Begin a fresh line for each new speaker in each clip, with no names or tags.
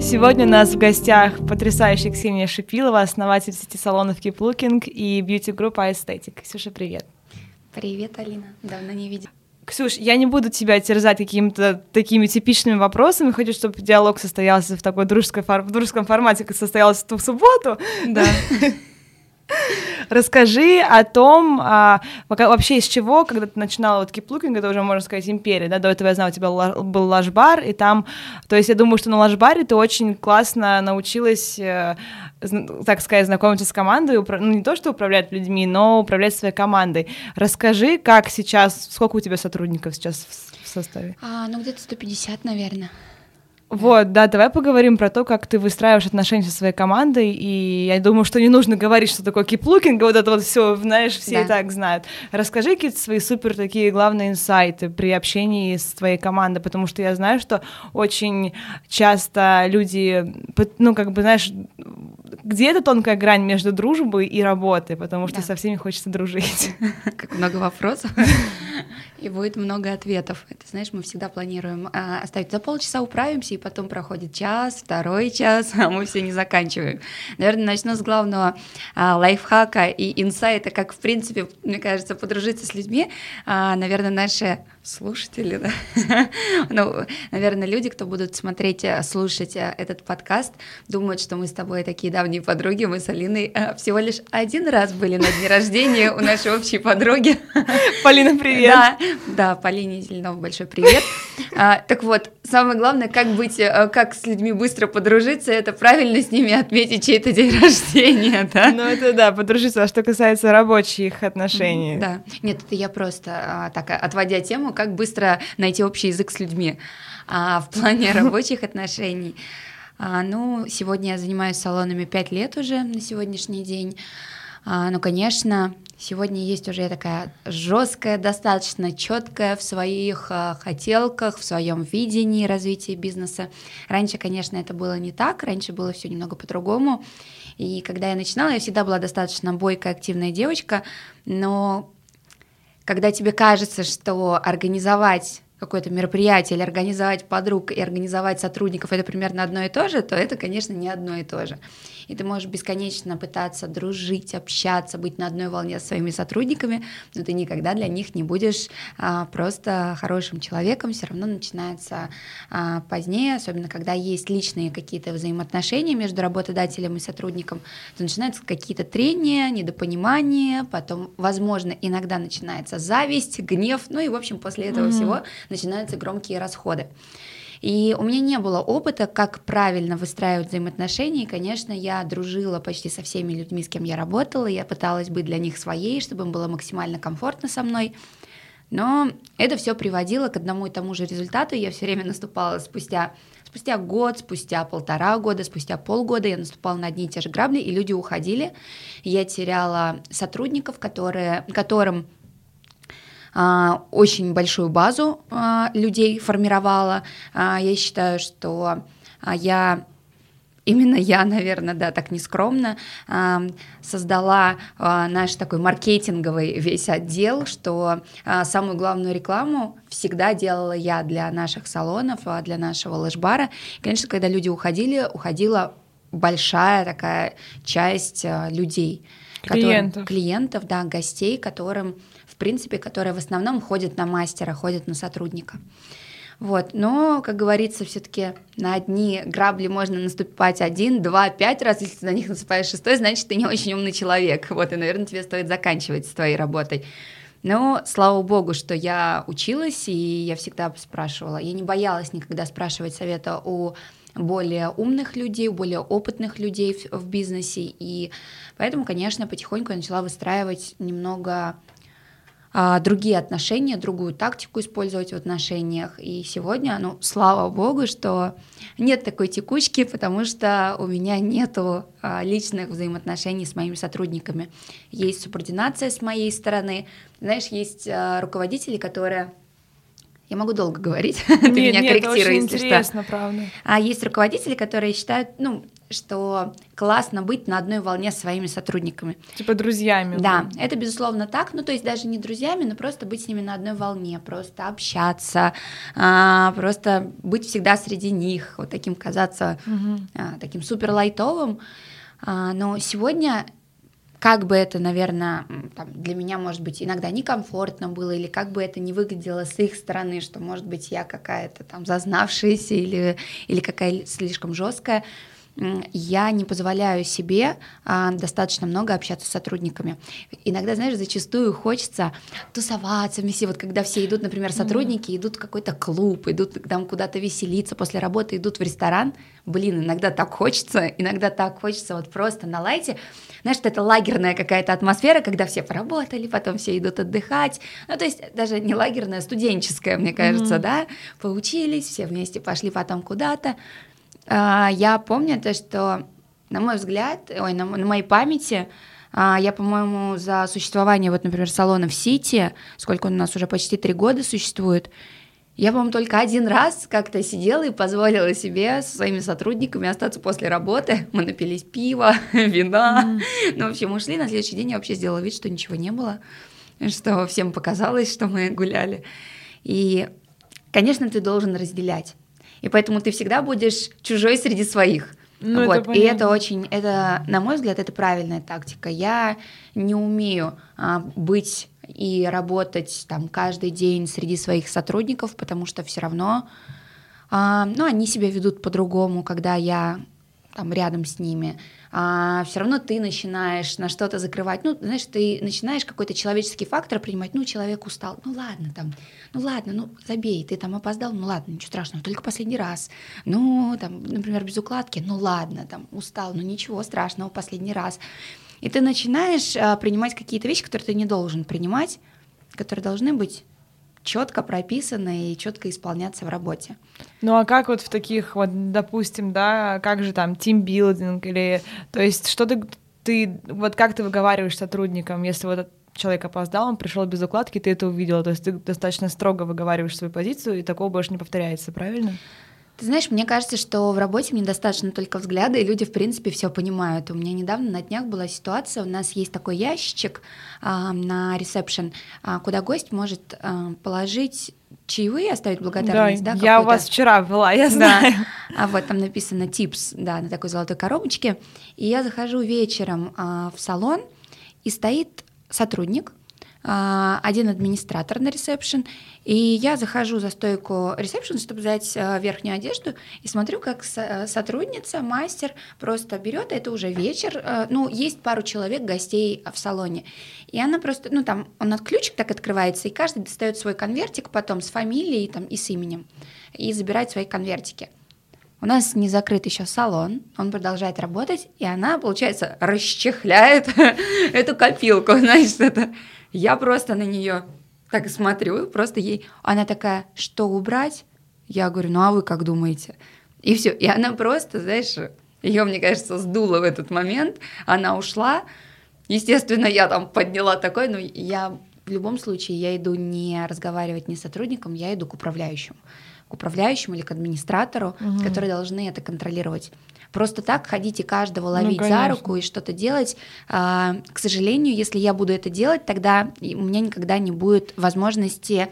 Сегодня у нас в гостях потрясающая Ксения Шипилова, основатель сети салонов Keep Looking и бьюти-группа Aesthetic. Ксюша, привет.
Привет, Алина. Давно не видела.
Ксюш, я не буду тебя терзать какими-то такими типичными вопросами. Хочу, чтобы диалог состоялся в такой дружеском формате, как состоялся в ту субботу.
Да.
Расскажи о том, вообще из чего, когда ты начинала Keep Looking, это уже, можно сказать, империя, да, до этого я знала, у тебя был лаш-бар, и там, то есть я думаю, что на лаш-баре ты очень классно научилась, так сказать, знакомиться с командой, не то, что управлять людьми, но управлять своей командой. Расскажи, как сейчас, сколько у тебя сотрудников сейчас в составе?
Где-то 150, наверное.
Вот, да, давай поговорим про то, как ты выстраиваешь отношения со своей командой, и я думаю, что не нужно говорить, что такое Keep Looking, вот это вот все, знаешь, все и так знают. Расскажи какие-то свои супер такие главные инсайты при общении с твоей командой, потому что я знаю, что очень часто люди, знаешь, где-то тонкая грань между дружбой и работой, потому что со всеми хочется дружить.
Как много вопросов, и будет много ответов. Это, знаешь, мы всегда планируем оставить за полчаса, управимся, и потом проходит час, второй час, а мы все не заканчиваем. Наверное, начну с главного лайфхака и инсайта, как, в принципе, мне кажется, подружиться с людьми. Наверное, наши слушатели, да? Наверное, люди, кто будут смотреть, слушать этот подкаст, думают, что мы с тобой такие давние подруги. Мы с Алиной всего лишь один раз были на дне рождения у нашей общей подруги.
Полина, привет!
Да, Полине Зеленовой большой привет. Так вот, самое главное, как с людьми быстро подружиться, это правильно с ними отметить чей-то день рождения, да?
Ну это да, подружиться, а что касается рабочих отношений.
Да, нет, это я просто так, отводя тему, как быстро найти общий язык с людьми. В плане рабочих отношений, сегодня я занимаюсь салонами 5 лет уже на сегодняшний день. Конечно, сегодня есть уже такая жесткая, достаточно четкая в своих хотелках, в своем видении развития бизнеса. Раньше, конечно, это было не так, раньше было все немного по-другому. И когда я начинала, я всегда была достаточно бойкая, активная девочка, но когда тебе кажется, что организовать какое-то мероприятие или организовать подруг и организовать сотрудников — это примерно одно и то же, то это, конечно, не одно и то же. И ты можешь бесконечно пытаться дружить, общаться, быть на одной волне со своими сотрудниками, но ты никогда для них не будешь просто хорошим человеком. Все равно начинается позднее, особенно когда есть личные какие-то взаимоотношения между работодателем и сотрудником, то начинаются какие-то трения, недопонимания, потом, возможно, иногда начинается зависть, гнев, и, в общем, после этого всего начинаются громкие расходы. И у меня не было опыта, как правильно выстраивать взаимоотношения, и, конечно, я дружила почти со всеми людьми, с кем я работала, я пыталась быть для них своей, чтобы им было максимально комфортно со мной, но это все приводило к одному и тому же результату. Я все время наступала спустя год, спустя 1,5 года, спустя полгода я наступала на одни и те же грабли, и люди уходили, я теряла сотрудников, которым очень большую базу людей формировала. Я считаю, что именно я, наверное, да, так нескромно создала наш такой маркетинговый весь отдел, что самую главную рекламу всегда делала я для наших салонов, для нашего лэш-бара. И, конечно, когда люди уходила большая такая часть людей. Клиентов, да, гостей, которые в основном ходят на мастера, ходят на сотрудника. Вот. Но, как говорится, все-таки на одни грабли можно наступать 1, 2, 5 раз. Если ты на них наступаешь 6, значит, ты не очень умный человек. Вот, и, наверное, тебе стоит заканчивать с твоей работой. Но, слава богу, что я училась, и я всегда спрашивала. Я не боялась никогда спрашивать совета у более умных людей, у более опытных людей в бизнесе. И поэтому, конечно, потихоньку я начала выстраивать немного другие отношения, другую тактику использовать в отношениях. И сегодня, слава богу, что нет такой текучки, потому что у меня нету личных взаимоотношений с моими сотрудниками. Есть субординация с моей стороны. Знаешь, есть руководители, которые... Я могу долго говорить, ты меня корректируй, если что.
Интересно, правда.
Есть руководители, которые считают, что классно быть на одной волне с своими сотрудниками.
Типа друзьями.
Да, это безусловно так, ну то есть даже не друзьями, но просто быть с ними на одной волне, просто общаться, просто быть всегда среди них, вот таким казаться таким супер лайтовым. Но сегодня, как бы это, наверное, там, для меня, может быть, иногда некомфортно было, или как бы это не выглядело с их стороны, что, может быть, я какая-то там зазнавшаяся или какая-то слишком жесткая, я не позволяю себе достаточно много общаться с сотрудниками. Иногда, знаешь, зачастую хочется тусоваться вместе. Вот когда все идут, например, сотрудники, идут в какой-то клуб, идут там куда-то веселиться после работы, идут в ресторан. Блин, иногда так хочется вот просто на лайте. Знаешь, что это лагерная какая-то атмосфера, когда все поработали, потом все идут отдыхать. Ну, то есть даже не лагерная, а студенческая, мне кажется, да? Поучились, все вместе пошли потом куда-то. Я помню то, что, на мой взгляд, на моей памяти, я, по-моему, за существование, вот, например, салона в Сити, сколько он у нас уже почти 3 года существует, я, по-моему, только один раз как-то сидела и позволила себе со своими сотрудниками остаться после работы. Мы напились пива, вина. Ну, в общем, ушли. На следующий день я вообще сделала вид, что ничего не было, что всем показалось, что мы гуляли. И, конечно, ты должен разделять. И поэтому ты всегда будешь чужой среди своих.
Ну,
вот. И это, на мой взгляд, это правильная тактика. Я не умею быть и работать там каждый день среди своих сотрудников, потому что все равно они себя ведут по-другому, когда я там рядом с ними. Все равно ты начинаешь на что-то закрывать. Ну, знаешь, ты начинаешь какой-то человеческий фактор принимать. Ну, человек устал. Ну, ладно, забей, ты там опоздал. Ну, ладно, ничего страшного, только последний раз. Ну, там, например, без укладки. Ну, ладно, там, устал, ну, ничего страшного, последний раз. И ты начинаешь принимать какие-то вещи, которые ты не должен принимать, которые должны быть четко прописаны и четко исполняться в работе.
Ну а как вот в таких вот, допустим, да, как же там тимбилдинг или, то есть что ты вот как ты выговариваешь сотрудникам, если вот этот человек опоздал, он пришел без укладки, ты это увидела, то есть ты достаточно строго выговариваешь свою позицию, и такого больше не повторяется, правильно?
Ты знаешь, мне кажется, что в работе мне достаточно только взгляда, и люди, в принципе, все понимают. У меня недавно на днях была ситуация, у нас есть такой ящичек на ресепшн, куда гость может положить чаевые, оставить благодарность.
Да, я у вас вчера была, я знаю.
Да. Вот там написано «Tips», да, на такой золотой коробочке. И я захожу вечером в салон, и стоит сотрудник, один администратор на ресепшн, и я захожу за стойку ресепшн, чтобы взять верхнюю одежду, и смотрю, как сотрудница, мастер просто берет, это уже вечер, есть пару человек, гостей в салоне, и она просто, там, ключик так открывается, и каждый достает свой конвертик потом с фамилией там, и с именем, и забирает свои конвертики. У нас не закрыт еще салон, он продолжает работать, и она, получается, расчехляет эту копилку, знаешь, это... Я просто на нее так смотрю, просто ей... Она такая, что убрать? Я говорю, а вы как думаете? И все. И она просто, знаешь, ее, мне кажется, сдуло в этот момент. Она ушла. Естественно, я там подняла такой, но я в любом случае, я иду не разговаривать не с сотрудником, я иду к управляющему или к администратору, которые должны это контролировать. Просто так ходить и каждого ловить за руку и что-то делать. К сожалению, если я буду это делать, тогда у меня никогда не будет возможности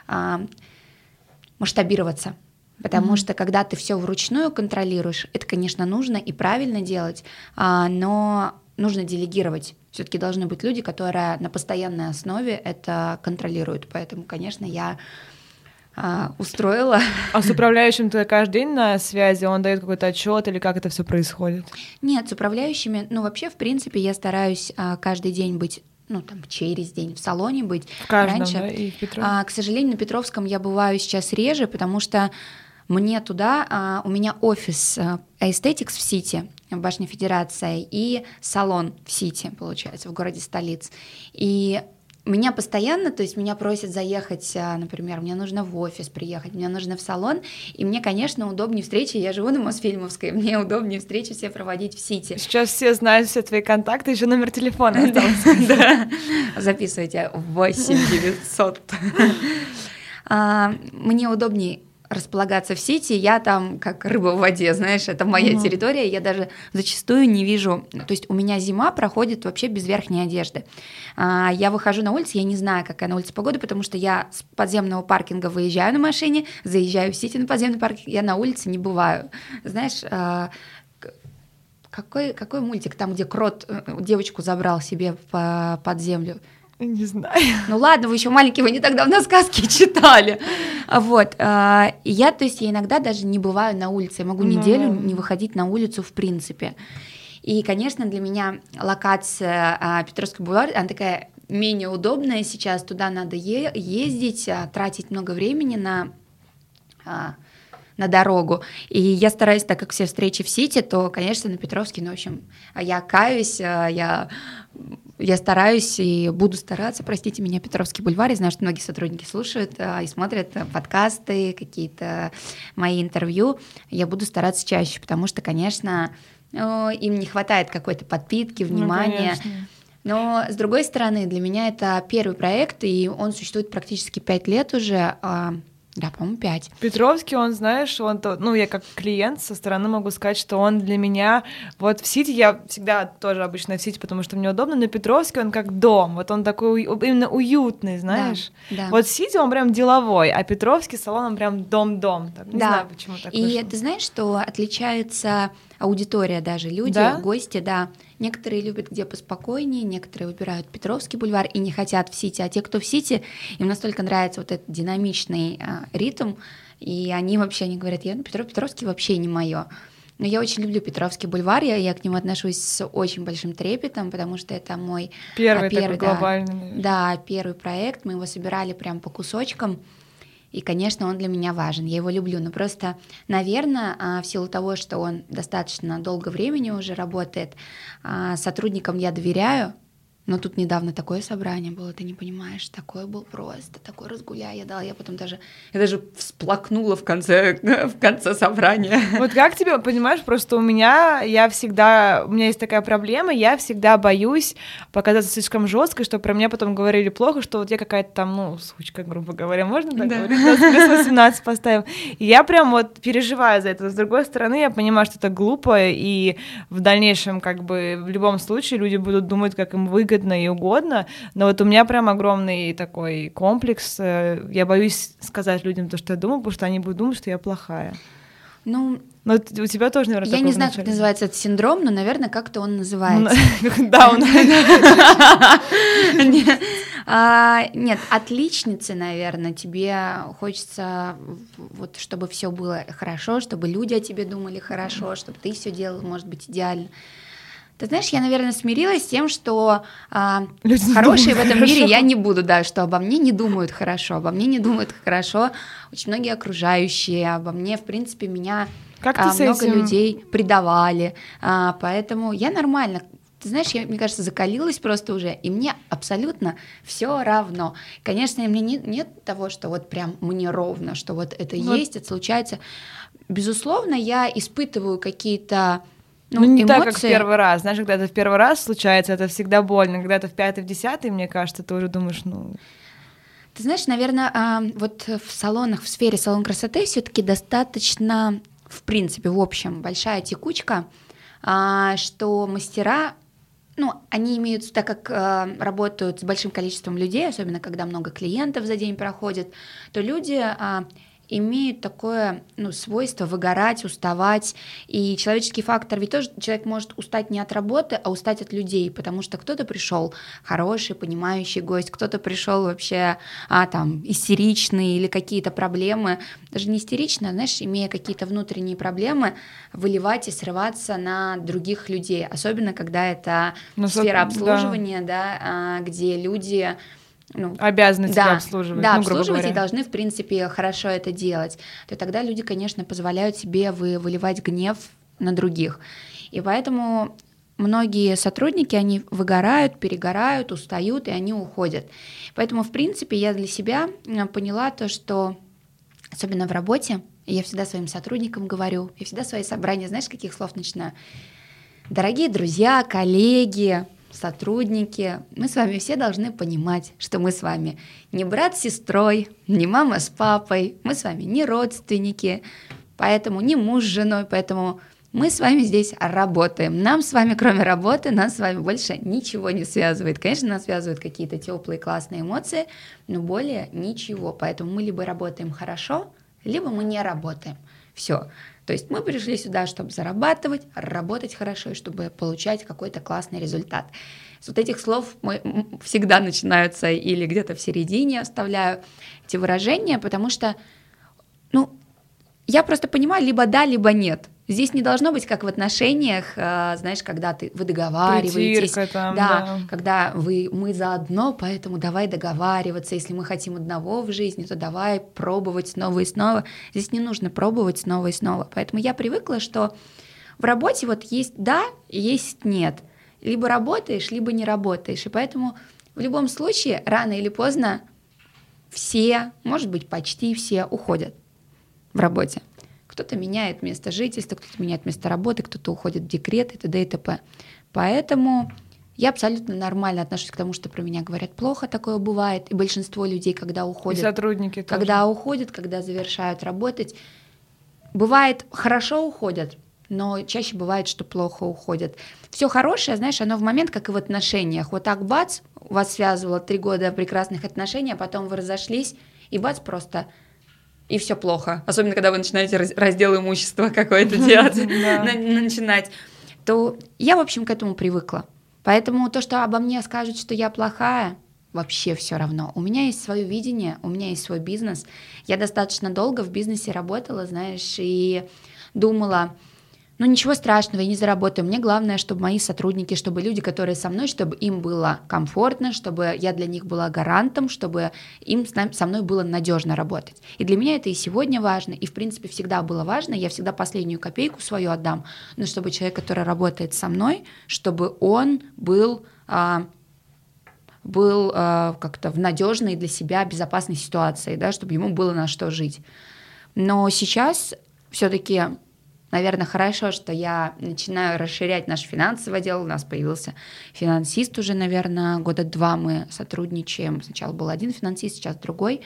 масштабироваться. Потому что когда ты все вручную контролируешь, это, конечно, нужно и правильно делать, но нужно делегировать. Все-таки должны быть люди, которые на постоянной основе это контролируют. Поэтому, конечно, я устроила.
А с управляющим ты каждый день на связи? Он дает какой-то отчет или как это все происходит?
Нет, с управляющими, вообще, в принципе, я стараюсь каждый день быть, через день в салоне быть.
В каждом,
раньше.
Да, и в Петровском?
К сожалению, на Петровском я бываю сейчас реже, потому что мне туда, у меня офис Aesthetics в Сити, в Башне Федерации, и салон в Сити, получается, в городе столиц. И меня постоянно, то есть меня просят заехать, например, мне нужно в офис приехать, мне нужно в салон, и мне, конечно, удобнее встречи, я живу на Мосфильмовской, мне удобнее встречи все проводить в Сити.
Сейчас все знают все твои контакты, еще номер телефона остался.
Да, записывайте 8 900. Мне удобнее располагаться в Сити, я там как рыба в воде, знаешь, это моя территория, я даже зачастую не вижу, то есть у меня зима проходит вообще без верхней одежды. Я выхожу на улицу, я не знаю, какая на улице погода, потому что я с подземного паркинга выезжаю на машине, заезжаю в Сити на подземный паркинг, я на улице не бываю. Знаешь, какой мультик там, где крот девочку забрал себе под землю?
Не знаю.
Ну ладно, вы еще маленькие, вы не так давно сказки читали. Вот. Я, то есть, я иногда даже не бываю на улице, я могу неделю не выходить на улицу в принципе. И, конечно, для меня локация Петровский бульвар, она такая менее удобная сейчас, туда надо ездить, тратить много времени на дорогу. И я стараюсь, так как все встречи в Сити, то, конечно, на Петровский, ну, в общем, я каюсь, я стараюсь и буду стараться, простите меня, Петровский бульвар. Я знаю, что многие сотрудники слушают и смотрят подкасты, какие-то мои интервью. Я буду стараться чаще, потому что, конечно, им не хватает какой-то подпитки, внимания. Но, с другой стороны, для меня это первый проект, и он существует практически 5 лет уже. Да, по-моему, 5.
Петровский, он, знаешь, я как клиент со стороны могу сказать, что он для меня, вот в Сити, я всегда тоже обычно в Сити, потому что мне удобно, но Петровский, он как дом, вот он такой именно уютный, знаешь.
Да.
Вот в Сити он прям деловой, а Петровский салон, он прям дом-дом. Не знаю, почему так вышло.
И ты знаешь, что отличается аудитория даже, люди, гости, да. Некоторые любят где поспокойнее, некоторые выбирают Петровский бульвар и не хотят в Сити, а те, кто в Сити, им настолько нравится вот этот динамичный ритм, и они говорят, Петровский вообще не мое. Но я очень люблю Петровский бульвар, я к нему отношусь с очень большим трепетом, потому что это мой
первый такой глобальный.
Да, первый проект, мы его собирали прям по кусочкам. И, конечно, он для меня важен, я его люблю, но просто, наверное, в силу того, что он достаточно долго времени уже работает, сотрудникам я доверяю, но тут недавно такое собрание было, ты не понимаешь, такое был просто, такой разгуляй я дала, я потом даже всплакнула в конце собрания.
Вот как тебе, понимаешь, просто у меня есть такая проблема, я всегда боюсь показаться слишком жесткой, что про меня потом говорили плохо, что вот я какая-то там, сучка, грубо говоря, можно так говорить? Нас плюс 18 поставим. И я прям вот переживаю за это. С другой стороны, я понимаю, что это глупо, и в дальнейшем, в любом случае, люди будут думать, как им выгодно и угодно, но вот у меня прям огромный такой комплекс, я боюсь сказать людям то, что я думаю, потому что они будут думать, что я плохая. Но у тебя тоже, наверное,
я не знаю, как называется этот синдром, но, наверное, как-то он называется.
Да, он.
Нет, отличницы, наверное, тебе хочется, вот, чтобы все было хорошо, чтобы люди о тебе думали хорошо, чтобы ты все делала, может быть, идеально. Ты знаешь, я, наверное, смирилась с тем, что хорошие в этом мире я не буду, да, что обо мне не думают хорошо, очень многие окружающие, обо мне, в принципе, меня много людей предавали, поэтому я нормально. Ты знаешь, я, мне кажется, закалилась просто уже, и мне абсолютно все равно. Конечно, мне нет того, что вот прям мне ровно, что вот это есть, это случается. Безусловно, я испытываю какие-то
не
эмоции.
так, как в первый раз. Знаешь, когда это в первый раз случается, это всегда больно. Когда это в 5-й, в 10-й, мне кажется, ты уже думаешь,
Ты знаешь, наверное, вот в салонах, в сфере салон красоты все-таки достаточно, в принципе, в общем, большая текучка, что мастера, они имеют, так как работают с большим количеством людей, особенно когда много клиентов за день проходит, то люди имеют такое свойство выгорать, уставать, и человеческий фактор, ведь тоже человек может устать не от работы, а устать от людей, потому что кто-то пришел хороший, понимающий гость, кто-то пришел вообще истеричный или какие-то проблемы, даже не истерично, знаешь, имея какие-то внутренние проблемы, выливать и срываться на других людей, особенно когда это сфера обслуживания, да, где люди
обязаны тебя обслуживать.
Да, обслуживать и должны, в принципе, хорошо это делать. То тогда люди, конечно, позволяют себе выливать гнев на других. И поэтому многие сотрудники, они выгорают, перегорают, устают, и они уходят. Поэтому, в принципе, я для себя поняла то, что, особенно в работе, я всегда своим сотрудникам говорю, я всегда свои собрания, знаешь, каких слов начинаю? Дорогие друзья, коллеги, сотрудники, мы с вами все должны понимать, что мы с вами не брат с сестрой, не мама с папой, мы с вами не родственники, поэтому не муж с женой, поэтому мы с вами здесь работаем. Нам с вами, кроме работы, нас с вами больше ничего не связывает. Конечно, нас связывают какие-то теплые, классные эмоции, но более ничего. Поэтому мы либо работаем хорошо, либо мы не работаем. Все. То есть мы пришли сюда, чтобы зарабатывать, работать хорошо и чтобы получать какой-то классный результат. С вот этих слов всегда начинаются или где-то в середине оставляю эти выражения, потому что, я просто понимаю, либо да, либо нет. Здесь не должно быть как в отношениях, знаешь, когда вы договариваетесь, да, когда мы заодно, поэтому давай договариваться, если мы хотим одного в жизни, то давай пробовать снова и снова. Здесь не нужно пробовать снова и снова, поэтому я привыкла, что в работе вот есть да, есть нет, либо работаешь, либо не работаешь, и поэтому в любом случае рано или поздно все, может быть, почти все уходят в работе. Кто-то меняет место жительства, кто-то меняет место работы, кто-то уходит в декрет и т.д. и т.п. Поэтому я абсолютно нормально отношусь к тому, что про меня говорят плохо, такое бывает. И большинство людей, когда уходят...
И сотрудники тоже.
Когда уходят, когда завершают работать. Бывает, хорошо уходят, но чаще бывает, что плохо уходят. Все хорошее, знаешь, оно в момент, как и в отношениях. Вот так бац, вас связывало 3 года прекрасных отношений, а потом вы разошлись, и бац просто... И все плохо. Особенно, когда вы начинаете раздел имущества какой-то делать, начинать. То я, в общем, к этому привыкла. Поэтому то, что обо мне скажут, что я плохая, вообще все равно. У меня есть свое видение, у меня есть свой бизнес. Я достаточно долго в бизнесе работала, знаешь, и думала, ничего страшного, я не заработаю. Мне главное, чтобы мои сотрудники, чтобы люди, которые со мной, чтобы им было комфортно, чтобы я для них была гарантом, чтобы им со мной было надежно работать. И для меня это и сегодня важно, и в принципе всегда было важно. Я всегда последнюю копейку свою отдам, но чтобы человек, который работает со мной, чтобы он был как-то в надежной для себя безопасной ситуации, да, чтобы ему было на что жить. Но сейчас все-таки, наверное, хорошо, что я начинаю расширять наш финансовый отдел. У нас появился финансист уже, наверное, 2 года мы сотрудничаем. Сначала был один финансист, сейчас другой.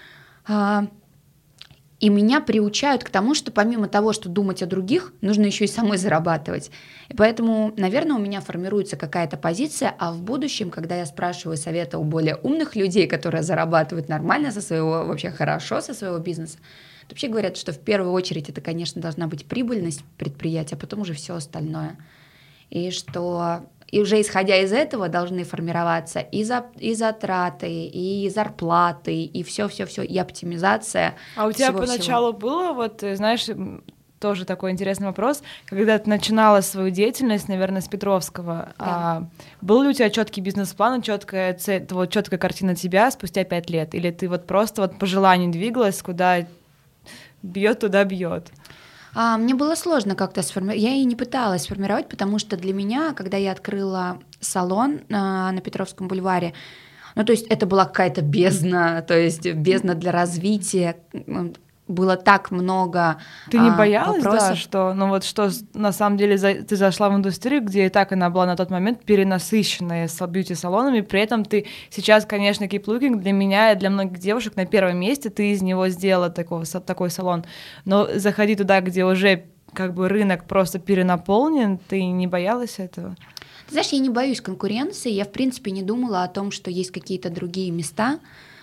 И меня приучают к тому, что помимо того, что думать о других, нужно еще и самой зарабатывать. И поэтому, наверное, у меня формируется какая-то позиция, а в будущем, когда я спрашиваю совета у более умных людей, которые зарабатывают нормально вообще хорошо со своего бизнеса, то вообще говорят, что в первую очередь это, конечно, должна быть прибыльность предприятия, а потом уже все остальное. И уже исходя из этого должны формироваться и затраты, и зарплаты, и все, и оптимизация.
А у тебя поначалу было, знаешь, тоже такой интересный вопрос, когда ты начинала свою деятельность, наверное, с Петровского,
да.
Был ли у тебя четкий бизнес-план, четкая картина тебя спустя 5 лет, или ты просто по желанию двигалась, куда бьет, туда бьет?
Мне было сложно как-то сформировать, я и не пыталась сформировать, потому что для меня, когда я открыла салон на Петровском бульваре, то есть это была какая-то бездна, то есть бездна для развития, было так много
Ты не боялась,
вопросов.
Да, что на самом деле ты зашла в индустрию, где и так она была на тот момент перенасыщенная с бьюти-салонами, при этом ты сейчас, конечно, Keep Looking для меня и для многих девушек на первом месте, ты из него сделала такой салон, но заходи туда, где уже рынок просто перенаполнен, ты не боялась этого?
Ты знаешь, я не боюсь конкуренции, я в принципе не думала о том, что есть какие-то другие места,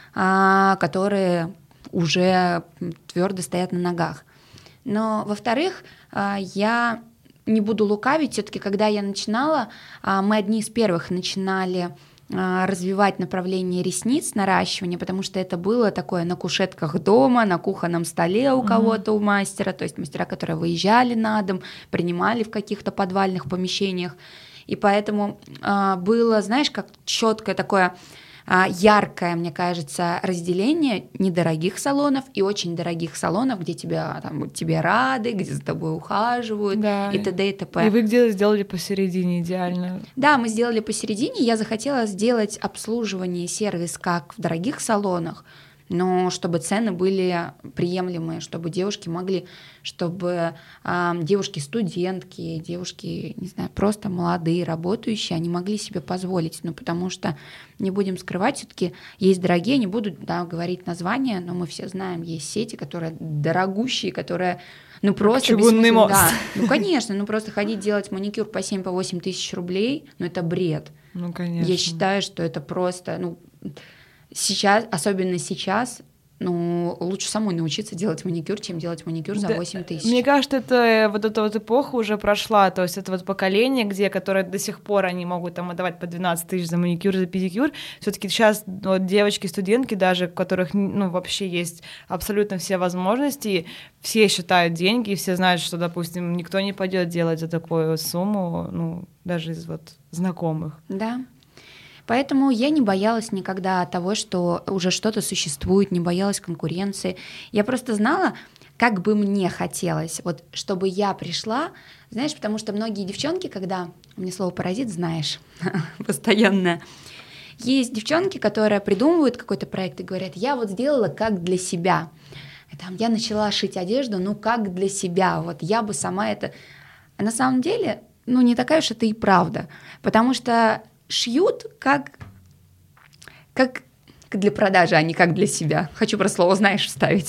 которые уже твердо стоят на ногах. Но, во-вторых, я не буду лукавить, все-таки, когда я начинала, мы одни из первых начинали развивать направление ресниц, наращивание, потому что это было такое на кушетках дома, на кухонном столе у кого-то, у мастера, то есть мастера, которые выезжали на дом, принимали в каких-то подвальных помещениях, и поэтому было, знаешь, как четкое такое яркое, мне кажется, разделение недорогих салонов и очень дорогих салонов, где тебе рады, где за тобой ухаживают,
да,
и т.д. и т.п.
И вы где-то сделали посередине идеально.
Да, мы сделали посередине, я захотела сделать обслуживание и сервис как в дорогих салонах, но чтобы цены были приемлемые, чтобы девушки могли, чтобы девушки-студентки, девушки, не знаю, просто молодые, работающие, они могли себе позволить, ну, потому что, не будем скрывать, все-таки есть дорогие, не буду, да, говорить названия, но мы все знаем, есть сети, которые дорогущие, которые, ну, просто...
Чугунный мост.
Да, ну, конечно, ну, просто ходить делать маникюр по 7-8 тысяч рублей, ну, это бред.
Ну, конечно.
Я считаю, что это просто, ну, сейчас, особенно сейчас, ну, лучше самой научиться делать маникюр, чем делать маникюр за 8 тысяч.
Мне кажется, это вот эта вот эпоха уже прошла, то есть это вот поколение, которое до сих пор они могут там отдавать по 12 тысяч за маникюр, за педикюр. Все-таки сейчас вот, девочки, студентки даже, у которых, ну, вообще есть абсолютно все возможности, все считают деньги, и все знают, что, допустим, никто не пойдет делать за такую сумму, ну, даже из вот знакомых.
Да. Поэтому я не боялась никогда того, что уже что-то существует, не боялась конкуренции. Я просто знала, как бы мне хотелось, вот чтобы я пришла, знаешь, потому что многие девчонки, когда, мне слово паразит, знаешь, постоянное, есть девчонки, которые придумывают какой-то проект и говорят, я вот сделала как для себя. Там, я начала шить одежду, ну как для себя, вот я бы сама это... А на самом деле, ну не такая уж это и правда, потому что шьют как для продажи, а не как для себя. Хочу про слово «знаешь» вставить.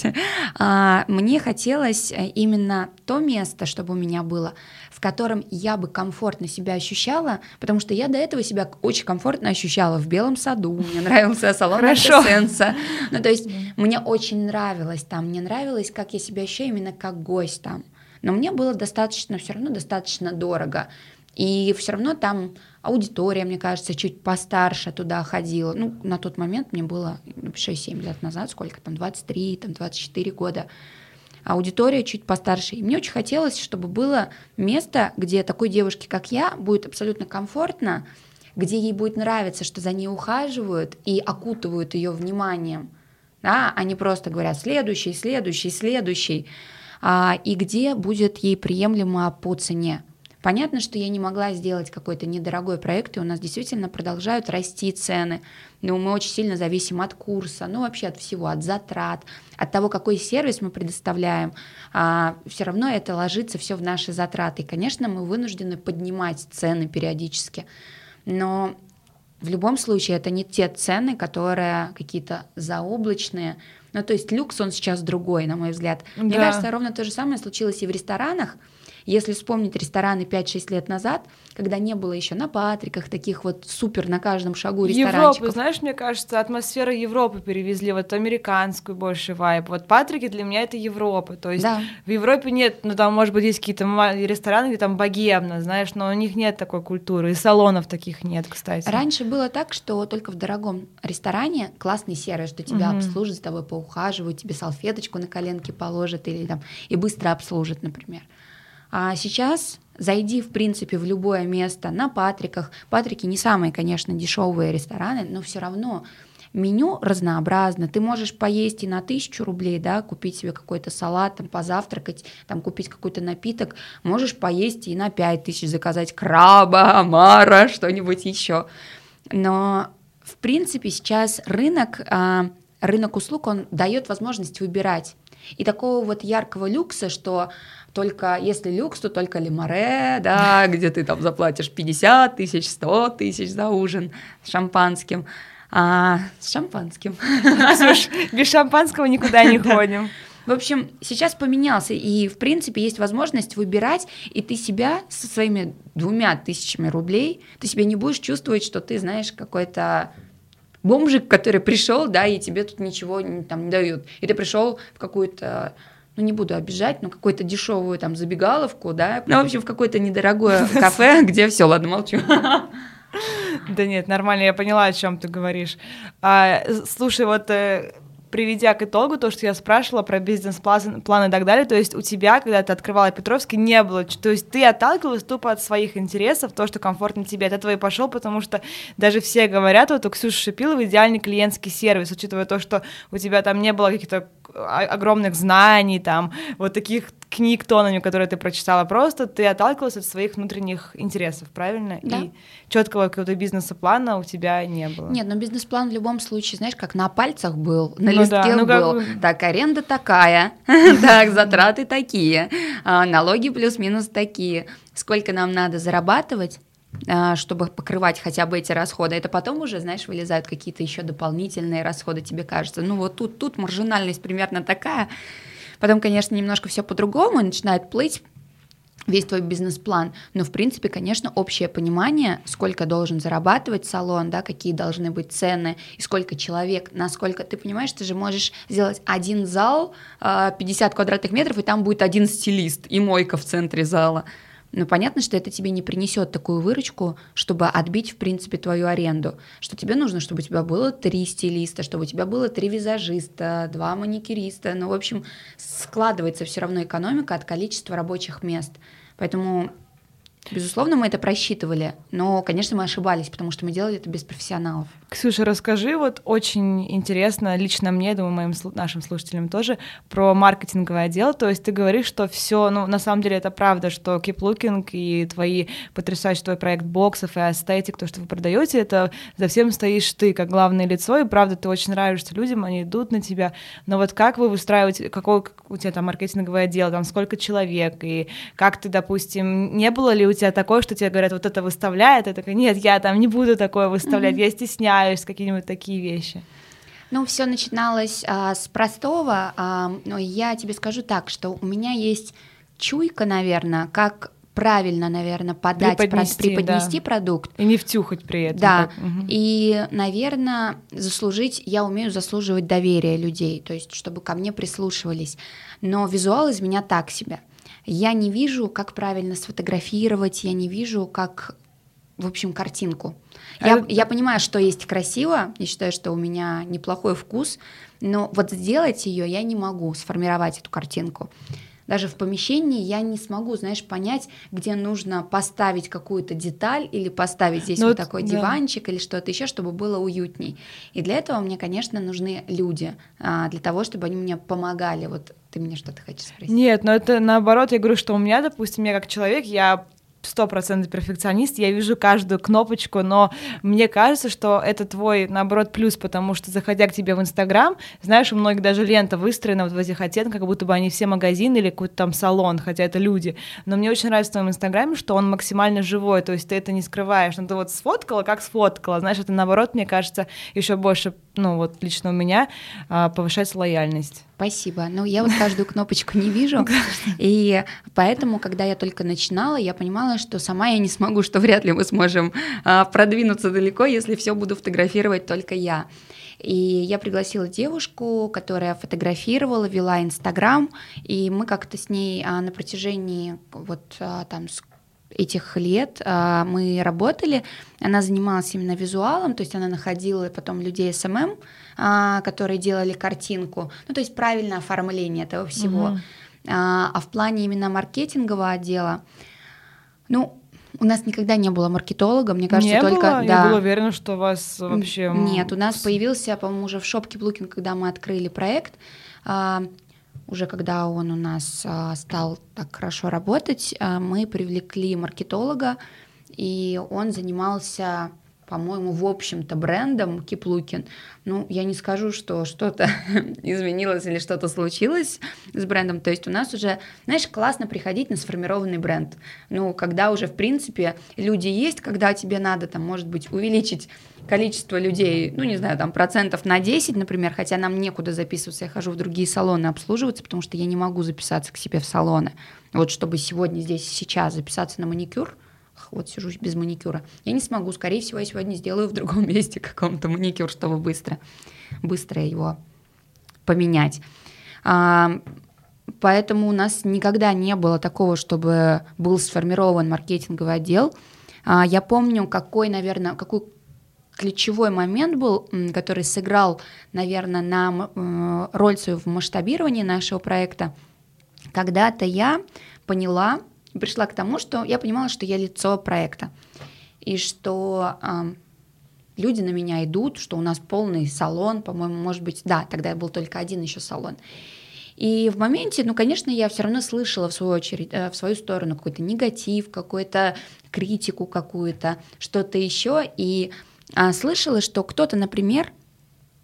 Мне хотелось именно то место, чтобы у меня было, в котором я бы комфортно себя ощущала, потому что я до этого себя очень комфортно ощущала в Белом саду, мне нравился салон Эксенса. Ну, то есть мне очень нравилось там, мне нравилось, как я себя ощущаю именно как гость там. Но мне было достаточно, все равно достаточно дорого. И все равно там аудитория, мне кажется, чуть постарше туда ходила. Ну, на тот момент мне было 6-7 лет назад, сколько там, 23, там, 24 года. Аудитория чуть постарше. И мне очень хотелось, чтобы было место, где такой девушке, как я, будет абсолютно комфортно, где ей будет нравиться, что за ней ухаживают и окутывают ее вниманием. Да? Они просто говорят «следующий, следующий, следующий». И где будет ей приемлемо по цене. Понятно, что я не могла сделать какой-то недорогой проект, и у нас действительно продолжают расти цены, но мы очень сильно зависим от курса, ну вообще от всего, от затрат, от того, какой сервис мы предоставляем. Все равно это ложится все в наши затраты. И, конечно, мы вынуждены поднимать цены периодически, но в любом случае это не те цены, которые какие-то заоблачные. Ну, то есть люкс, он сейчас другой, на мой взгляд. Да. Мне кажется, ровно то же самое случилось и в ресторанах. Если вспомнить рестораны 5-6 лет назад, когда не было еще на Патриках таких вот супер на каждом шагу ресторанчиков.
Европу, знаешь, мне кажется, атмосфера Европы перевезли, вот американскую больше вайб. Вот Патрики для меня это Европа, то есть в Европе нет, ну там, может быть, есть какие-то рестораны, где там богемно, знаешь, но у них нет такой культуры, и салонов таких нет, кстати.
Раньше было так, что только в дорогом ресторане классный сервис, что тебя обслужат, с тобой поухаживают, тебе салфеточку на коленке положат или там и быстро обслужат, например. А сейчас зайди, в принципе, в любое место на Патриках. Патрики не самые, конечно, дешевые рестораны, но все равно меню разнообразно. Ты можешь поесть и на 1000 рублей, да, купить себе какой-то салат, там, позавтракать, там, купить какой-то напиток. Можешь поесть и на 5000, заказать краба, омара, что-нибудь еще. Но, в принципе, сейчас рынок услуг, он дает возможность выбирать. И такого вот яркого люкса, что только если люкс, то только Ле-Море, да, где ты там заплатишь 50 тысяч, 100 тысяч за ужин с шампанским. С шампанским.
Слушай, без шампанского никуда не ходим.
В общем, сейчас поменялся, и, в принципе, есть возможность выбирать, и ты себя со своими 2000 рублей, ты себя не будешь чувствовать, что ты, знаешь, какой-то бомжик, который пришел, да, и тебе тут ничего там не дают. И ты пришел в какую-то, ну не буду обижать, но какую-то дешевую там забегаловку, да, ну, в общем, в какое-то недорогое кафе, где все, ладно, молчу.
Да нет, нормально, я поняла, о чем ты говоришь. Слушай, вот приведя к итогу то, что я спрашивала про бизнес-план и так далее, то есть у тебя, когда ты открывала Петровский, не было, то есть ты отталкивалась тупо от своих интересов, то, что комфортно тебе, от этого и пошел, потому что даже все говорят, вот у Ксюши Шипиловой идеальный клиентский сервис, учитывая то, что у тебя там не было каких-то огромных знаний, там, вот таких книг тонами, которые ты прочитала, просто ты отталкивалась от своих внутренних интересов, правильно?
Да.
И четкого какого-то бизнес-плана у тебя не было.
Нет, но бизнес-план в любом случае, знаешь, как на пальцах был, на листке был. Так, аренда такая, так, затраты такие, налоги плюс-минус такие. Сколько нам надо зарабатывать, чтобы покрывать хотя бы эти расходы. Это потом уже, знаешь, вылезают какие-то еще дополнительные расходы, тебе кажется. Ну вот тут маржинальность примерно такая. Потом, конечно, немножко все по-другому, начинает плыть весь твой бизнес-план, но, в принципе, конечно, общее понимание, сколько должен зарабатывать салон, да, какие должны быть цены, и сколько человек, насколько, ты понимаешь, ты же можешь сделать один зал, 50 квадратных метров, и там будет один стилист и мойка в центре зала. Но понятно, что это тебе не принесет такую выручку, чтобы отбить, в принципе, твою аренду. Что тебе нужно, чтобы у тебя было 3 стилиста, чтобы у тебя было 3 визажиста, 2 маникюриста. Ну, в общем, складывается все равно экономика от количества рабочих мест. Поэтому, безусловно, мы это просчитывали, но, конечно, мы ошибались, потому что мы делали это без профессионалов.
Ксюша, расскажи, вот очень интересно, лично мне, думаю, нашим слушателям тоже, про маркетинговый отдел. То есть ты говоришь, что все, ну, на самом деле это правда, что Keep Looking и потрясающий твой проект боксов и эстетик, то, что вы продаете, это за всем стоишь ты, как главное лицо, и правда, ты очень нравишься людям, они идут на тебя. Но вот как вы выстраиваете, какой у тебя там маркетинговый отдел, там сколько человек, и как ты, допустим, не было ли у тебя такое, что тебе говорят, вот это выставляй, ты такая, нет, я там не буду такое выставлять, я стесняюсь, какие-нибудь такие вещи?
Ну, все начиналось с простого, но я тебе скажу так, что у меня есть чуйка, наверное, как правильно, наверное, преподнести продукт.
И не втюхать при этом.
Да, и, наверное, я умею заслуживать доверия людей, то есть чтобы ко мне прислушивались. Но визуал из меня так себе. Я не вижу, как правильно сфотографировать, я не вижу, как, в общем, картинку. Я понимаю, что есть красиво, я считаю, что у меня неплохой вкус, но вот сделать ее я не могу, сформировать эту картинку. Даже в помещении я не смогу, знаешь, понять, где нужно поставить какую-то деталь или поставить здесь вот такой диванчик или что-то еще, чтобы было уютней. И для этого мне, конечно, нужны люди, для того, чтобы они мне помогали. Вот ты мне что-то хочешь спросить?
Нет, но это наоборот, я говорю, что у меня, допустим, я как человек, я 100% перфекционист, я вижу каждую кнопочку, но мне кажется, что это твой, наоборот, плюс, потому что, заходя к тебе в Инстаграм, знаешь, у многих даже лента выстроена вот в этих оттенках, как будто бы они все магазины или какой-то там салон, хотя это люди. Но мне очень нравится в твоем Инстаграме, что он максимально живой, то есть ты это не скрываешь, но ты вот сфоткала, как сфоткала, знаешь, это, наоборот, мне кажется, еще больше, ну, вот лично у меня повышает лояльность.
Спасибо. Ну, я вот каждую кнопочку не вижу, и поэтому, когда я только начинала, я понимала, что сама я не смогу, что вряд ли мы сможем продвинуться далеко, если все буду фотографировать только я. И я пригласила девушку, которая фотографировала, вела Инстаграм, и мы как-то с ней на протяжении вот там этих лет мы работали, она занималась именно визуалом, то есть она находила потом людей СММ, которые делали картинку, ну то есть правильное оформление этого всего. А в плане именно маркетингового отдела, ну, у нас никогда не было маркетолога, мне кажется,
не
только...
Было? Я была уверена, что у вас вообще...
Нет, у нас появился, по-моему, уже в Shop Keep Looking, когда мы открыли проект, уже когда он у нас стал так хорошо работать, мы привлекли маркетолога, и он занимался, по-моему, в общем-то брендом Keep Looking. Ну, я не скажу, что что-то изменилось или что-то случилось с брендом. То есть у нас уже, знаешь, классно приходить на сформированный бренд. Ну, когда уже, в принципе, люди есть, когда тебе надо, там, может быть, увеличить количество людей, ну, не знаю, там, 10%, например, хотя нам некуда записываться, я хожу в другие салоны обслуживаться, потому что я не могу записаться к себе в салоны. Вот чтобы сегодня, здесь, сейчас записаться на маникюр, вот сижу без маникюра, я не смогу, скорее всего, я сегодня сделаю в другом месте каком-то маникюр, чтобы быстро его поменять. Поэтому у нас никогда не было такого, чтобы был сформирован маркетинговый отдел. Я помню, какой ключевой момент был, который сыграл, наверное, на роль свою в масштабировании нашего проекта. Когда-то я пришла к тому, что я понимала, что я лицо проекта, и что люди на меня идут, что у нас полный салон, по-моему, может быть, да, тогда был только один еще салон. И в моменте, ну, конечно, я все равно слышала в свою очередь, в свою сторону какой-то негатив, какую-то критику какую-то, что-то еще, и слышала, что кто-то, например,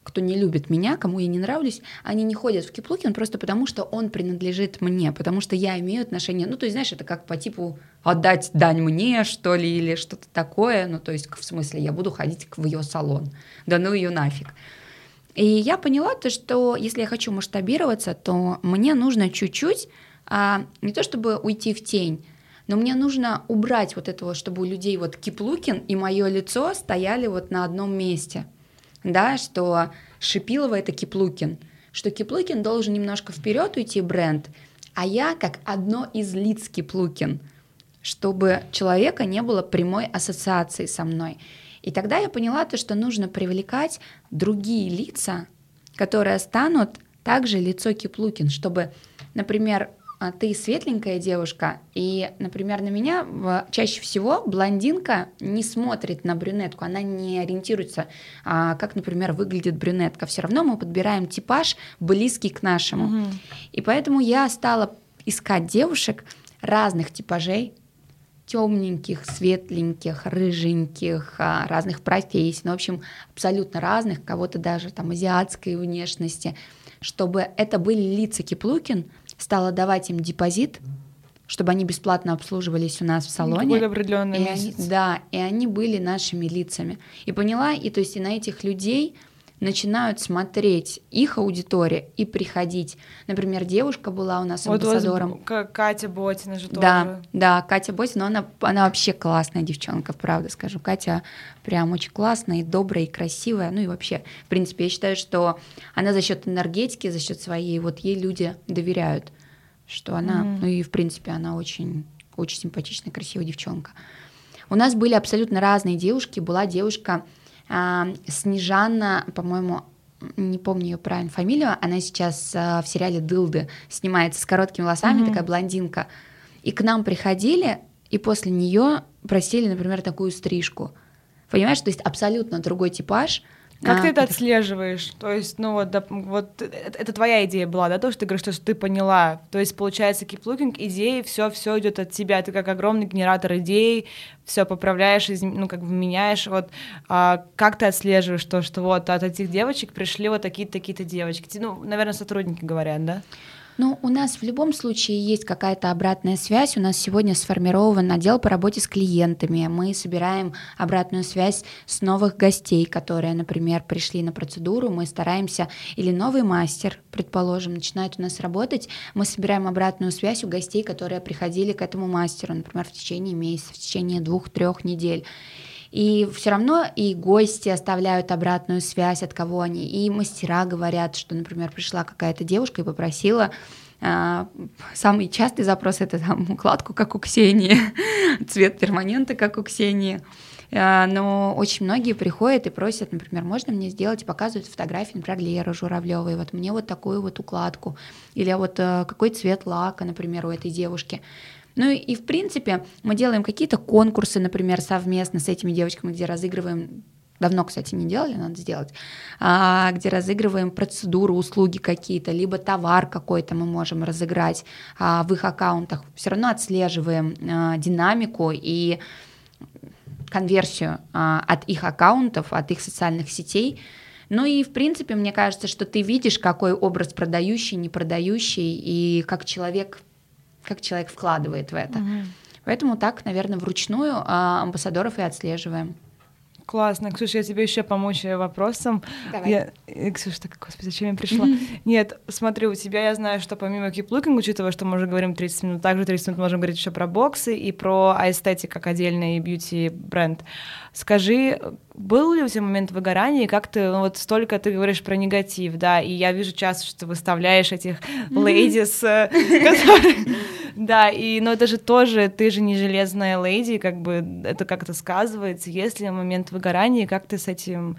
кто не любит меня, кому я не нравлюсь, они не ходят в киплукин просто потому, что он принадлежит мне, потому что я имею отношение, ну, то есть, знаешь, это как по типу отдать дань мне, что ли, или что-то такое, ну, то есть, в смысле, я буду ходить в ее салон, да ну ее нафиг. И я поняла то, что если я хочу масштабироваться, то мне нужно чуть-чуть, не то чтобы уйти в тень, но мне нужно убрать вот этого, чтобы у людей вот киплукин и мое лицо стояли вот на одном месте. Да, что Шипилова — это киплукин, что киплукин должен немножко вперед уйти бренд, а я как одно из лиц киплукин, чтобы человека не было прямой ассоциации со мной. И тогда я поняла то, что нужно привлекать другие лица, которые станут также лицо киплукин, чтобы, например, ты светленькая девушка, и, например, на меня чаще всего блондинка не смотрит на брюнетку, она не ориентируется, как, например, выглядит брюнетка. Все равно мы подбираем типаж, близкий к нашему. И поэтому я стала искать девушек разных типажей, темненьких, светленьких, рыженьких, разных профессий, ну, в общем, абсолютно разных, кого-то даже там азиатской внешности, чтобы это были лица киплукин, стала давать им депозит, чтобы они бесплатно обслуживались у нас в салоне.
Какой определенный месяц.
И они были нашими лицами. И поняла, и то есть и на этих людей начинают смотреть их аудитория и приходить. Например, девушка была у нас амбассадором.
Вот Катя Ботина же тоже.
Да, Катя Ботина, но она вообще классная девчонка, правда скажу. Катя прям очень классная и добрая, и красивая. Ну и вообще, в принципе, я считаю, что она за счет энергетики, за счет своей, вот ей люди доверяют, что она, ну и в принципе, она очень, очень симпатичная, красивая девчонка. У нас были абсолютно разные девушки. Была девушка Снежана, по-моему, не помню ее правильную фамилию, она сейчас в сериале «Дылды» снимается с короткими волосами, такая блондинка. И к нам приходили, и после нее просили, например, такую стрижку. Понимаешь, то есть абсолютно другой типаж.
Как ты это отслеживаешь? То есть, ну вот это твоя идея была, да, то, что ты говоришь, что ты поняла. То есть, получается, киплукинг, идеи, все идет от тебя. Ты как огромный генератор идей, все поправляешь, ну, как бы меняешь. Вот как ты отслеживаешь то, что вот от этих девочек пришли вот такие-то девочки? Ну, наверное, сотрудники говорят, да?
Ну, у нас в любом случае есть какая-то обратная связь. У нас сегодня сформирован отдел по работе с клиентами. Мы собираем обратную связь с новых гостей, которые, например, пришли на процедуру. Мы стараемся, или новый мастер, предположим, начинает у нас работать, мы собираем обратную связь у гостей, которые приходили к этому мастеру, например, в течение месяца, в течение 2-3 недель. И все равно и гости оставляют обратную связь, от кого они, и мастера говорят, что, например, пришла какая-то девушка и попросила, самый частый запрос — это там укладку, как у Ксении, цвет перманента, как у Ксении. Но очень многие приходят и просят, например, можно мне сделать, и показывают фотографии, например, Леры Журавлевой, вот мне вот такую вот укладку, или вот какой цвет лака, например, у этой девушки. Ну и в принципе мы делаем какие-то конкурсы, например, совместно с этими девочками, где разыгрываем, давно, кстати, не делали, надо сделать, где разыгрываем процедуры, услуги какие-то, либо товар какой-то мы можем разыграть в их аккаунтах. Все равно отслеживаем динамику и конверсию от их аккаунтов, от их социальных сетей. Ну и, в принципе, мне кажется, что ты видишь, какой образ продающий, не продающий, и как человек вкладывает в это. Поэтому так, наверное, вручную амбассадоров и отслеживаем.
Классно. Ксюша, я тебе еще помочь вопросом.
Давай.
Ксюша, так, господи, зачем я пришла? Нет, смотри, у тебя я знаю, что помимо киплукинга, учитывая, что мы уже говорим 30 минут, также 30 минут можем говорить еще про боксы и про аэстетик как отдельный бьюти-бренд. Скажи, был ли у тебя момент выгорания, и как ты, ну, вот столько ты говоришь про негатив, да, и я вижу часто, что ты выставляешь этих ladies, которые... Да, но это же тоже, ты же не железная леди, как бы это как-то сказывается. Есть ли момент выгорания, как ты с этим,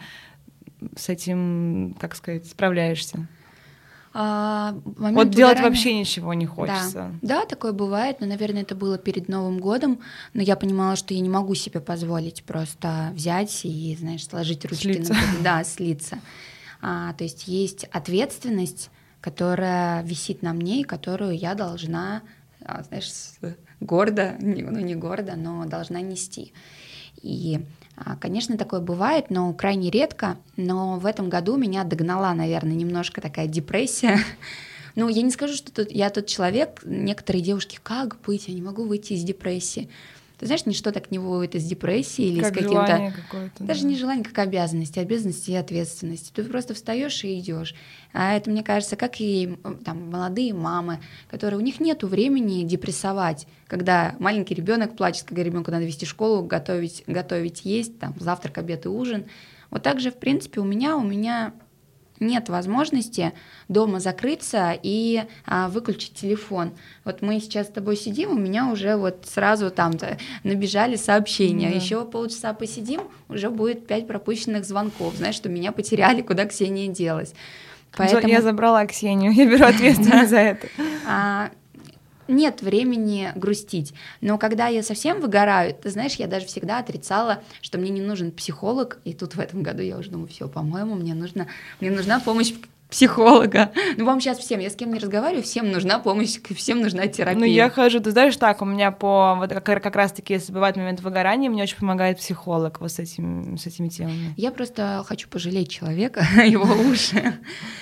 как сказать, справляешься? Вот делать вообще ничего не хочется.
Да, такое бывает, но, наверное, это было перед Новым годом, но я понимала, что я не могу себе позволить просто взять и, знаешь, сложить ручки, слиться. То есть есть ответственность, которая висит на мне и которую я должна, знаешь, гордо, ну не гордо, но должна нести. И Конечно, такое бывает, но крайне редко. Но в этом году меня догнала, наверное, немножко такая депрессия. Ну, я не скажу, что я тот человек. Некоторые девушки: как быть, я не могу выйти из депрессии. Ты знаешь, ничто так не выводит из депрессии или
как
из каким-то... Даже
да.
не желание, как обязанности и ответственности. Ты просто встаешь и идешь. А это, мне кажется, как и там, молодые мамы, которые у них нету времени депрессовать, когда маленький ребенок плачет, когда ребенку надо вести в школу, готовить есть, там, завтрак, обед и ужин. Вот так же, в принципе, у меня нет возможности дома закрыться и выключить телефон. Вот мы сейчас с тобой сидим, у меня уже вот сразу там-то набежали сообщения. Да. Еще полчаса посидим, уже будет 5 пропущенных звонков. Знаешь, что меня потеряли, куда Ксения делась.
Поэтому... Я забрала Ксению, я беру ответственность за это.
Нет времени грустить. Но когда я совсем выгораю, ты знаешь, я даже всегда отрицала, что мне не нужен психолог. И тут в этом году я уже думаю: все, по-моему, мне нужна помощь психолога. Ну, вам сейчас всем, я с кем не разговариваю, всем нужна помощь, всем нужна терапия.
Ну, я хожу, ты знаешь, так, у меня вот как раз-таки, если бывает момент выгорания, мне очень помогает психолог вот с этими темами.
Я просто хочу пожалеть человека, его уши.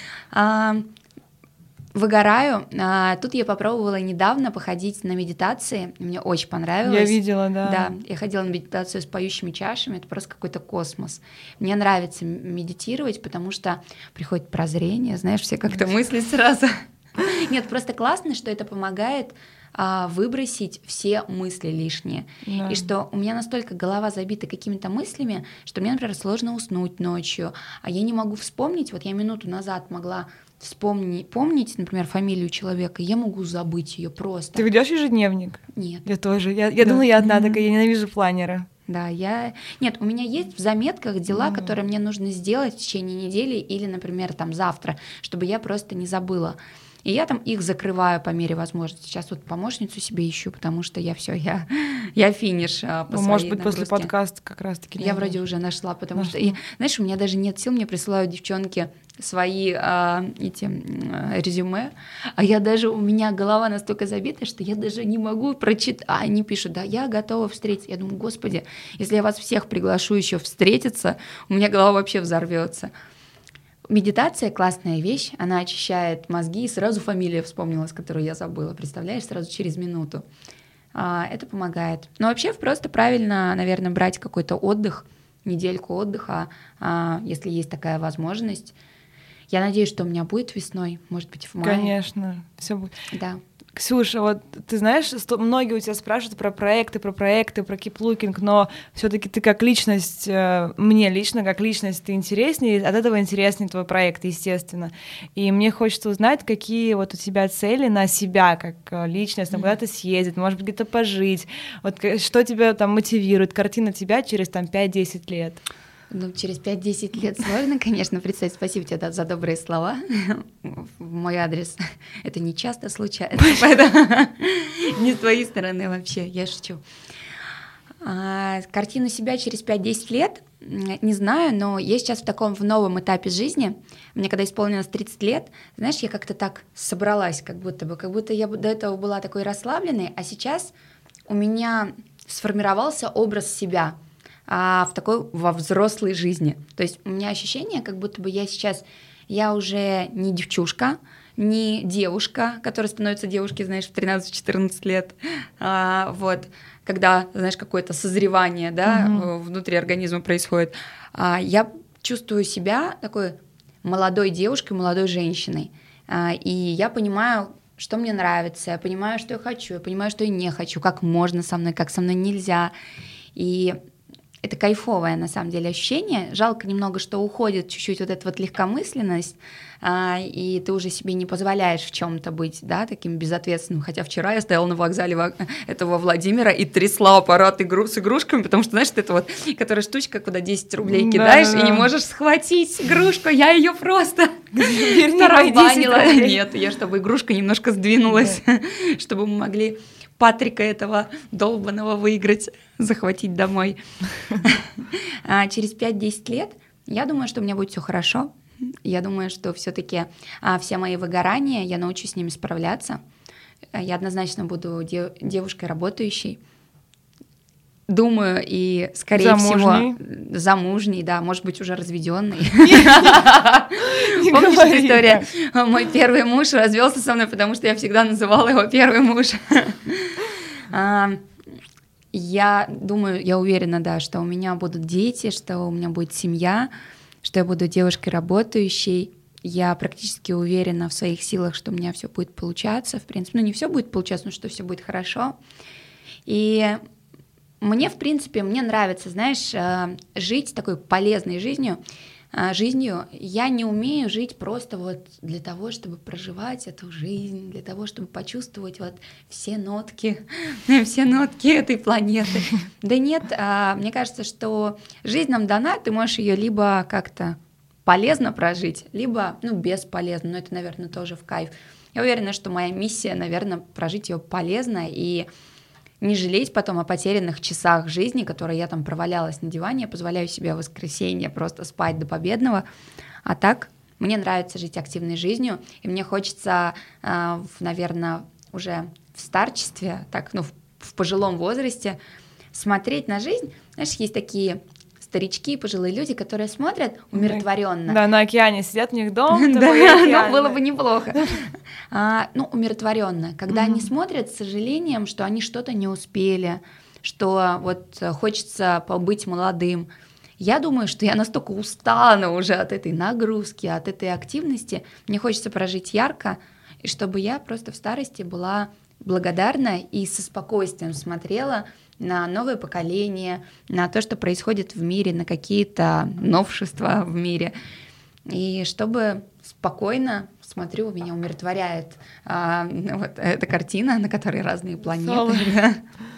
Выгораю. Тут я попробовала недавно походить на медитации. Мне очень понравилось.
Я видела, да.
Да, я ходила на медитацию с поющими чашами. Это просто какой-то космос. Мне нравится медитировать, потому что приходит прозрение, знаешь, все как-то мысли сразу. Нет, просто классно, что это помогает выбросить все мысли лишние. Да. И что у меня настолько голова забита какими-то мыслями, что мне, например, сложно уснуть ночью, а я не могу вспомнить. Вот я минуту назад могла помнить, например, фамилию человека, я могу забыть ее просто.
Ты ведешь ежедневник?
Нет.
Я тоже. Я думала, я одна такая, я ненавижу планеры.
Да, Нет, у меня есть в заметках дела, которые мне нужно сделать в течение недели или, например, там завтра, чтобы я просто не забыла. И я там их закрываю по мере возможности. Сейчас вот помощницу себе ищу, потому что я финиш по своей
может быть,
нагрузке.
после подкаста как раз-таки.
Я вроде уже нашла, потому что, знаешь, у меня даже нет сил, мне присылают девчонки свои резюме, у меня голова настолько забита, что я даже не могу прочитать. Они пишут: да, я готова встретиться. Я думаю: господи, если я вас всех приглашу еще встретиться, у меня голова вообще взорвется. Медитация — классная вещь, она очищает мозги, и сразу фамилия вспомнилась, которую я забыла, представляешь, сразу через минуту. Это помогает. Но вообще просто правильно, наверное, брать какой-то отдых, недельку отдыха, если есть такая возможность. Я надеюсь, что у меня будет весной, может быть, в мае.
Конечно, все будет.
Да.
Ксюша, вот ты знаешь, многие у тебя спрашивают про проекты, про киплукинг, но все-таки ты как личность, мне лично как личность, ты интереснее, от этого интереснее твой проект, естественно. И мне хочется узнать, какие вот у тебя цели на себя как личность, куда-то съездить, может быть, где-то пожить, вот что тебя там мотивирует, картина тебя через там 5-10 лет.
Ну, через 5-10 лет сложно, конечно, представить. Спасибо тебе за добрые слова в мой адрес. Это не часто случается, поэтому не с твоей стороны вообще, я шучу. Картину себя через 5-10 лет, не знаю, но я сейчас в новом этапе жизни. Мне когда исполнилось 30 лет, знаешь, я как-то так собралась, как будто я до этого была такой расслабленной, а сейчас у меня сформировался образ себя во взрослой жизни. То есть у меня ощущение, как будто бы я уже не девчушка, не девушка, которая становится девушкой, знаешь, в 13-14 лет, вот, когда, знаешь, какое-то созревание, да, внутри организма происходит. Я чувствую себя такой молодой девушкой, молодой женщиной, и я понимаю, что мне нравится, я понимаю, что я хочу, я понимаю, что я не хочу, как можно со мной, как со мной нельзя, и это кайфовое, на самом деле, ощущение. Жалко немного, что уходит чуть-чуть вот эта вот легкомысленность, и ты уже себе не позволяешь в чем-то быть, да, таким безответственным. Хотя вчера я стояла на вокзале этого Владимира и трясла аппарат с игрушками, потому что, знаешь, это вот, которая штучка, куда 10 рублей кидаешь, и не можешь схватить игрушку, я ее просто тарабанила. Нет, я, чтобы игрушка немножко сдвинулась, чтобы мы могли Патрика этого долбаного выиграть, захватить домой. Через 5-10 лет я думаю, что у меня будет все хорошо. Я думаю, что все-таки все мои выгорания, я научусь с ними справляться. Я однозначно буду девушкой работающей. думаю, и, скорее всего, замужний, да, может быть, уже разведенный. Помнишь эту историю? Мой первый муж развелся со мной, потому что я всегда называла его первый муж. Я думаю, я уверена, да, что у меня будут дети, что у меня будет семья, что я буду девушкой работающей. Я практически уверена в своих силах, что у меня все будет получаться. В принципе, ну не все будет получаться, но что все будет хорошо. И мне, в принципе, мне нравится, знаешь, жить такой полезной жизнью. Я не умею жить просто вот для того, чтобы проживать эту жизнь, для того, чтобы почувствовать вот все нотки этой планеты. Да нет, мне кажется, что жизнь нам дана, ты можешь ее либо как-то полезно прожить, либо, бесполезно, но это, наверное, тоже в кайф. Я уверена, что моя миссия, наверное, прожить ее полезно и не жалеть потом о потерянных часах жизни, которые я там провалялась на диване. Я позволяю себе в воскресенье просто спать до победного. А так, мне нравится жить активной жизнью, и мне хочется, наверное, уже в старчестве, так, в пожилом возрасте смотреть на жизнь. Знаешь, есть такие старички, пожилые люди, которые смотрят умиротворенно.
Да, на океане сидят, у них дом.
Да, было бы неплохо. Умиротворенно, когда они смотрят с сожалением, что они что-то не успели, что вот хочется побыть молодым. Я думаю, что я настолько устала уже от этой нагрузки, от этой активности. Мне хочется прожить ярко, и чтобы я просто в старости была благодарна и со спокойствием смотрела на новое поколение, на то, что происходит в мире, на какие-то новшества в мире. И чтобы спокойно, смотрю, меня умиротворяет вот эта картина, на которой разные планеты.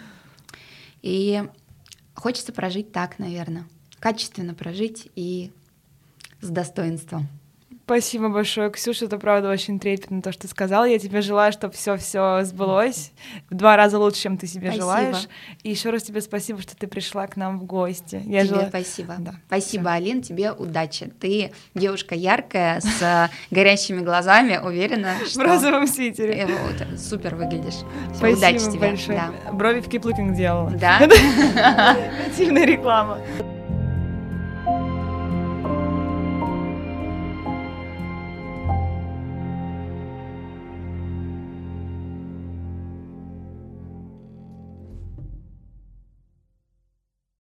И хочется прожить так, наверное. Качественно прожить и с достоинством.
Спасибо большое, Ксюша, это правда очень трепетно, то, что ты сказала. Я тебе желаю, чтобы все сбылось в 2 раза лучше, чем ты себе желаешь. И еще раз тебе спасибо, что ты пришла к нам в гости.
Тебе спасибо. Да. Спасибо, Алин, тебе удачи. Ты девушка яркая, с горящими глазами, уверена, что...
В розовом свитере.
Супер выглядишь.
Спасибо
удачи тебе.
Большое. Да. Брови в Keep Looking делала.
Да?
Активная реклама.